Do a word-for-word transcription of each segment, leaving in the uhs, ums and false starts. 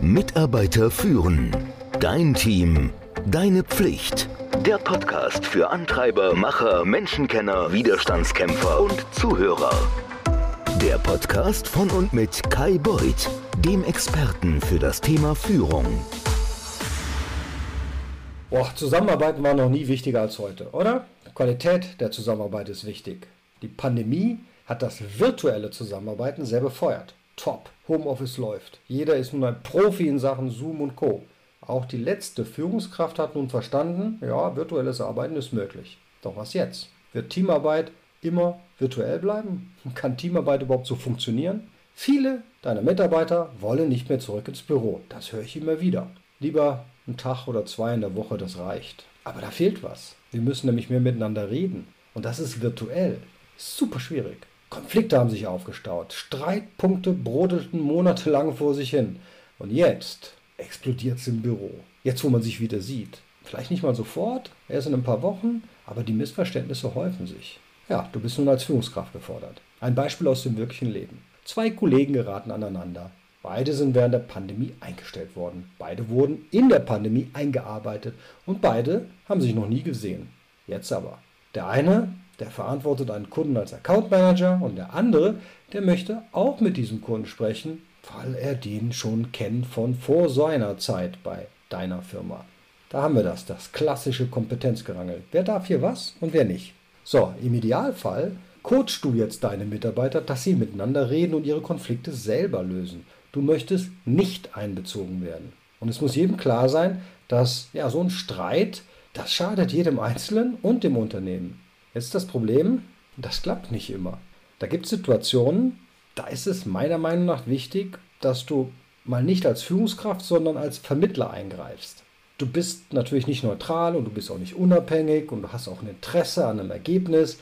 Mitarbeiter führen. Dein Team. Deine Pflicht. Der Podcast für Antreiber, Macher, Menschenkenner, Widerstandskämpfer und Zuhörer. Der Podcast von und mit Kai Beuth, dem Experten für das Thema Führung. Boah, Zusammenarbeit war noch nie wichtiger als heute, oder? Qualität der Zusammenarbeit ist wichtig. Die Pandemie hat das virtuelle Zusammenarbeiten sehr befeuert. Top, Homeoffice läuft. Jeder ist nun ein Profi in Sachen Zoom und Co. Auch die letzte Führungskraft hat nun verstanden, ja, virtuelles Arbeiten ist möglich. Doch was jetzt? Wird Teamarbeit immer virtuell bleiben? Kann Teamarbeit überhaupt so funktionieren? Viele deiner Mitarbeiter wollen nicht mehr zurück ins Büro. Das höre ich immer wieder. Lieber einen Tag oder zwei in der Woche, das reicht. Aber da fehlt was. Wir müssen nämlich mehr miteinander reden. Und das ist virtuell. Super schwierig. Konflikte haben sich aufgestaut. Streitpunkte brodelten monatelang vor sich hin. Und jetzt explodiert es im Büro. Jetzt, wo man sich wieder sieht. Vielleicht nicht mal sofort, erst in ein paar Wochen, aber die Missverständnisse häufen sich. Ja, du bist nun als Führungskraft gefordert. Ein Beispiel aus dem wirklichen Leben. Zwei Kollegen geraten aneinander. Beide sind während der Pandemie eingestellt worden. Beide wurden in der Pandemie eingearbeitet und beide haben sich noch nie gesehen. Jetzt aber. Der eine, der verantwortet einen Kunden als Account Manager und der andere, der möchte auch mit diesem Kunden sprechen, weil er den schon kennt von vor seiner Zeit bei deiner Firma. Da haben wir das, das klassische Kompetenzgerangel. Wer darf hier was und wer nicht? So, im Idealfall coachst du jetzt deine Mitarbeiter, dass sie miteinander reden und ihre Konflikte selber lösen. Du möchtest nicht einbezogen werden. Und es muss jedem klar sein, dass ja, so ein Streit, das schadet jedem Einzelnen und dem Unternehmen. Jetzt ist das Problem, das klappt nicht immer. Da gibt es Situationen, da ist es meiner Meinung nach wichtig, dass du mal nicht als Führungskraft, sondern als Vermittler eingreifst. Du bist natürlich nicht neutral und du bist auch nicht unabhängig und du hast auch ein Interesse an einem Ergebnis,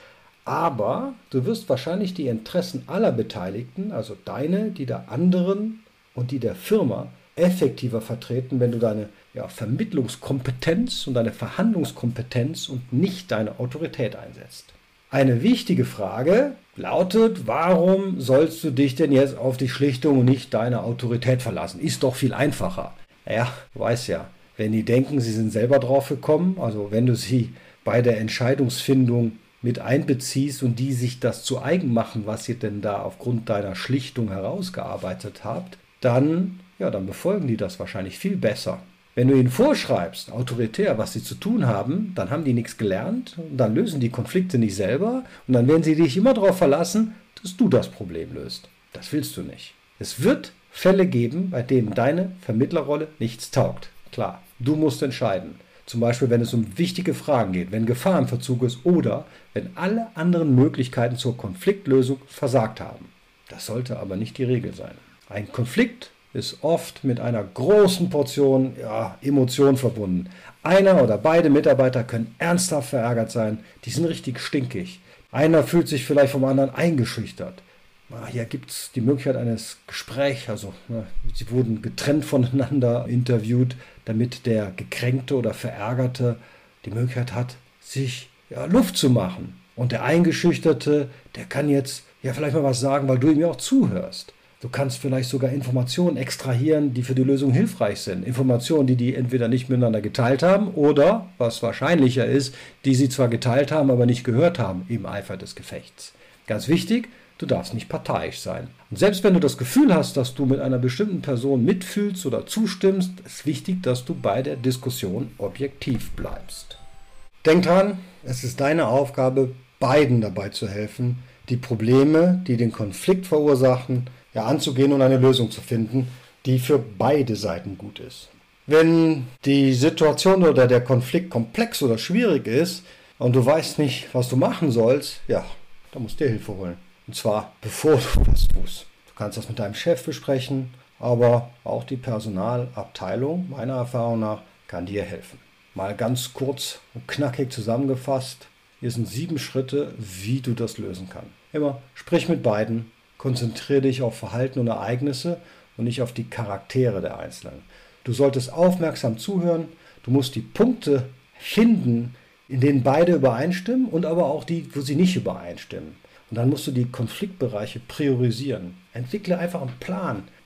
aber du wirst wahrscheinlich die Interessen aller Beteiligten, also deine, die der anderen und die der Firma, effektiver vertreten, wenn du deine ja, Vermittlungskompetenz und deine Verhandlungskompetenz und nicht deine Autorität einsetzt. Eine wichtige Frage lautet, warum sollst du dich denn jetzt auf die Schlichtung und nicht deine Autorität verlassen? Ist doch viel einfacher. Naja, du weißt ja, wenn die denken, sie sind selber drauf gekommen, also wenn du sie bei der Entscheidungsfindung mit einbeziehst und die sich das zu eigen machen, was ihr denn da aufgrund deiner Schlichtung herausgearbeitet habt, dann, ja, dann befolgen die das wahrscheinlich viel besser. Wenn du ihnen vorschreibst, autoritär, was sie zu tun haben, dann haben die nichts gelernt und dann lösen die Konflikte nicht selber und dann werden sie dich immer darauf verlassen, dass du das Problem löst. Das willst du nicht. Es wird Fälle geben, bei denen deine Vermittlerrolle nichts taugt. Klar, du musst entscheiden. Zum Beispiel, wenn es um wichtige Fragen geht, wenn Gefahr im Verzug ist oder wenn alle anderen Möglichkeiten zur Konfliktlösung versagt haben. Das sollte aber nicht die Regel sein. Ein Konflikt ist oft mit einer großen Portion ja, Emotion verbunden. Einer oder beide Mitarbeiter können ernsthaft verärgert sein, die sind richtig stinkig. Einer fühlt sich vielleicht vom anderen eingeschüchtert. Hier gibt es die Möglichkeit eines Gesprächs, also ne, sie wurden getrennt voneinander interviewt, damit der Gekränkte oder Verärgerte die Möglichkeit hat, sich ja, Luft zu machen. Und der Eingeschüchterte, der kann jetzt ja vielleicht mal was sagen, weil du ihm ja auch zuhörst. Du kannst vielleicht sogar Informationen extrahieren, die für die Lösung hilfreich sind. Informationen, die die entweder nicht miteinander geteilt haben oder, was wahrscheinlicher ist, die sie zwar geteilt haben, aber nicht gehört haben im Eifer des Gefechts. Ganz wichtig, du darfst nicht parteiisch sein. Und selbst wenn du das Gefühl hast, dass du mit einer bestimmten Person mitfühlst oder zustimmst, ist wichtig, dass du bei der Diskussion objektiv bleibst. Denk dran, es ist deine Aufgabe, beiden dabei zu helfen, die Probleme, die den Konflikt verursachen, ja, anzugehen und eine Lösung zu finden, die für beide Seiten gut ist. Wenn die Situation oder der Konflikt komplex oder schwierig ist und du weißt nicht, was du machen sollst, ja, dann musst du dir Hilfe holen. Und zwar bevor du was tust. Du kannst das mit deinem Chef besprechen, aber auch die Personalabteilung, meiner Erfahrung nach, kann dir helfen. Mal ganz kurz und knackig zusammengefasst, hier sind sieben Schritte, wie du das lösen kannst. Immer sprich mit beiden. Konzentriere dich auf Verhalten und Ereignisse und nicht auf die Charaktere der Einzelnen. Du solltest aufmerksam zuhören, du musst die Punkte finden, in denen beide übereinstimmen und aber auch die, wo sie nicht übereinstimmen. Und dann musst du die Konfliktbereiche priorisieren. Entwickle einfach einen Plan.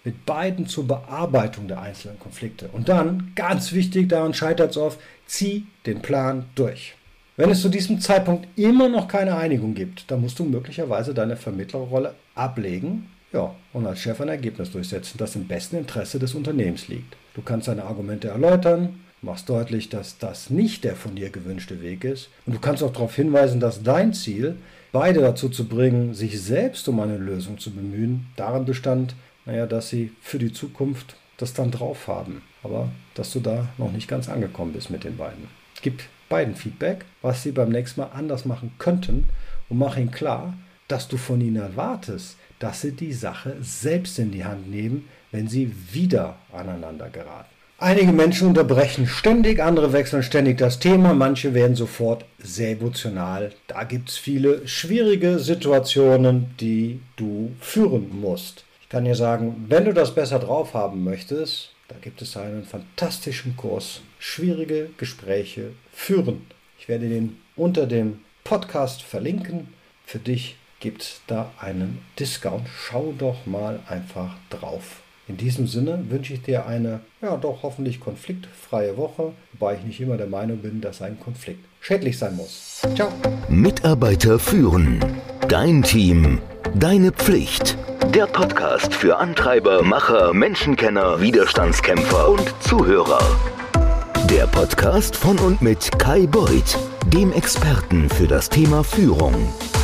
mit beiden zur Bearbeitung der einzelnen Konflikte. Und dann, ganz wichtig, daran scheitert es oft, zieh den Plan durch. Wenn es zu diesem Zeitpunkt immer noch keine Einigung gibt, dann musst du möglicherweise deine Vermittlerrolle ablegen, ja, und als Chef ein Ergebnis durchsetzen, das im besten Interesse des Unternehmens liegt. Du kannst deine Argumente erläutern, machst deutlich, dass das nicht der von dir gewünschte Weg ist, und du kannst auch darauf hinweisen, dass dein Ziel, beide dazu zu bringen, sich selbst um eine Lösung zu bemühen, darin bestand, naja, dass sie für die Zukunft das dann drauf haben, aber dass du da noch nicht ganz angekommen bist mit den beiden. Gib beiden Feedback, was sie beim nächsten Mal anders machen könnten, und mach ihnen klar, dass du von ihnen erwartest, dass sie die Sache selbst in die Hand nehmen, wenn sie wieder aneinander geraten. Einige Menschen unterbrechen ständig, andere wechseln ständig das Thema, manche werden sofort sehr emotional. Da gibt es viele schwierige Situationen, die du führen musst. Ich kann dir sagen, wenn du das besser drauf haben möchtest, da gibt es einen fantastischen Kurs, schwierige Gespräche führen. Ich werde den unter dem Podcast verlinken. Für dich gibt es da einen Discount. Schau doch mal einfach drauf. In diesem Sinne wünsche ich dir eine, ja doch hoffentlich konfliktfreie Woche, wobei ich nicht immer der Meinung bin, dass ein Konflikt schädlich sein muss. Ciao. Mitarbeiter führen. Dein Team. Deine Pflicht. Der Podcast für Antreiber, Macher, Menschenkenner, Widerstandskämpfer und Zuhörer. Der Podcast von und mit Kai Beuth, dem Experten für das Thema Führung.